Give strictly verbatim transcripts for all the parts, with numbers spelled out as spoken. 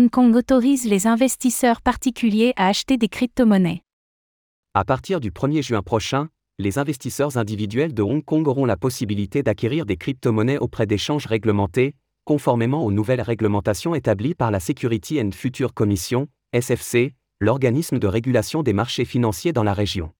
Hong Kong autorise les investisseurs particuliers à acheter des crypto-monnaies. À partir du premier juin prochain, les investisseurs individuels de Hong Kong auront la possibilité d'acquérir des crypto-monnaies auprès d'échanges réglementés, conformément aux nouvelles réglementations établies par la Security and Futures Commission, S F C, l'organisme de régulation des marchés financiers dans la région.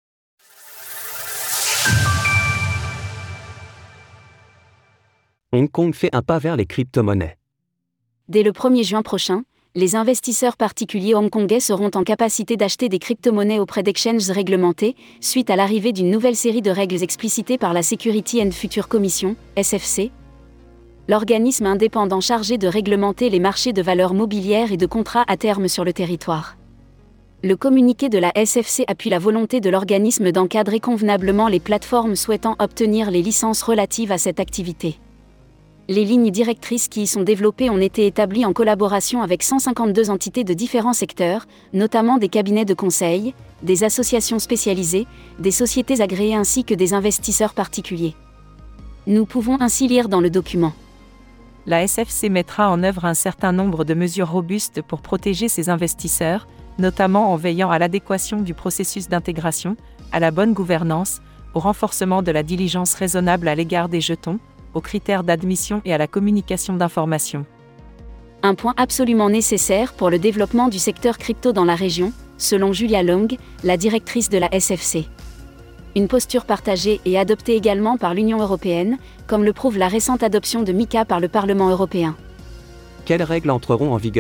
Hong Kong fait un pas vers les crypto-monnaies. Dès le premier juin prochain, les investisseurs particuliers hongkongais seront en capacité d'acheter des crypto-monnaies auprès d'exchanges réglementés, suite à l'arrivée d'une nouvelle série de règles explicitées par la Security and Futures Commission, S F C, l'organisme indépendant chargé de réglementer les marchés de valeurs mobilières et de contrats à terme sur le territoire. Le communiqué de la S F C appuie la volonté de l'organisme d'encadrer convenablement les plateformes souhaitant obtenir les licences relatives à cette activité. Les lignes directrices qui y sont développées ont été établies en collaboration avec cent cinquante-deux entités de différents secteurs, notamment des cabinets de conseil, des associations spécialisées, des sociétés agréées ainsi que des investisseurs particuliers. Nous pouvons ainsi lire dans le document. La S F C mettra en œuvre un certain nombre de mesures robustes pour protéger ses investisseurs, notamment en veillant à l'adéquation du processus d'intégration, à la bonne gouvernance, au renforcement de la diligence raisonnable à l'égard des jetons, aux critères d'admission et à la communication d'informations. Un point absolument nécessaire pour le développement du secteur crypto dans la région, selon Julia Long, la directrice de la S F C. Une posture partagée et adoptée également par l'Union européenne, comme le prouve la récente adoption de MiCA par le Parlement européen. Quelles règles entreront en vigueur ?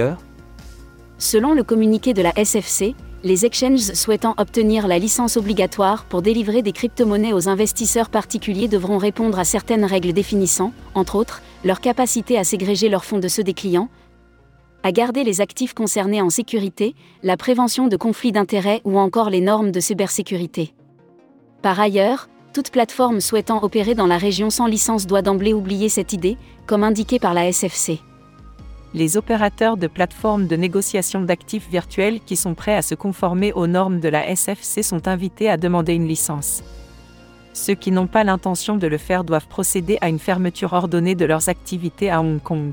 Selon le communiqué de la S F C, les exchanges souhaitant obtenir la licence obligatoire pour délivrer des crypto-monnaies aux investisseurs particuliers devront répondre à certaines règles définissant, entre autres, leur capacité à ségréger leurs fonds de ceux des clients, à garder les actifs concernés en sécurité, la prévention de conflits d'intérêts ou encore les normes de cybersécurité. Par ailleurs, toute plateforme souhaitant opérer dans la région sans licence doit d'emblée oublier cette idée, comme indiqué par la S F C. Les opérateurs de plateformes de négociation d'actifs virtuels qui sont prêts à se conformer aux normes de la S F C sont invités à demander une licence. Ceux qui n'ont pas l'intention de le faire doivent procéder à une fermeture ordonnée de leurs activités à Hong Kong.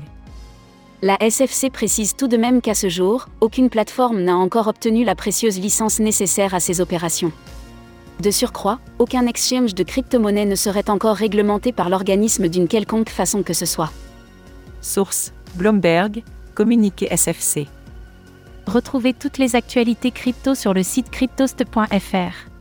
La S F C précise tout de même qu'à ce jour, aucune plateforme n'a encore obtenu la précieuse licence nécessaire à ces opérations. De surcroît, aucun exchange de crypto-monnaies ne serait encore réglementé par l'organisme d'une quelconque façon que ce soit. Source : Bloomberg, communiqué S F C. Retrouvez toutes les actualités crypto sur le site cryptost point f r.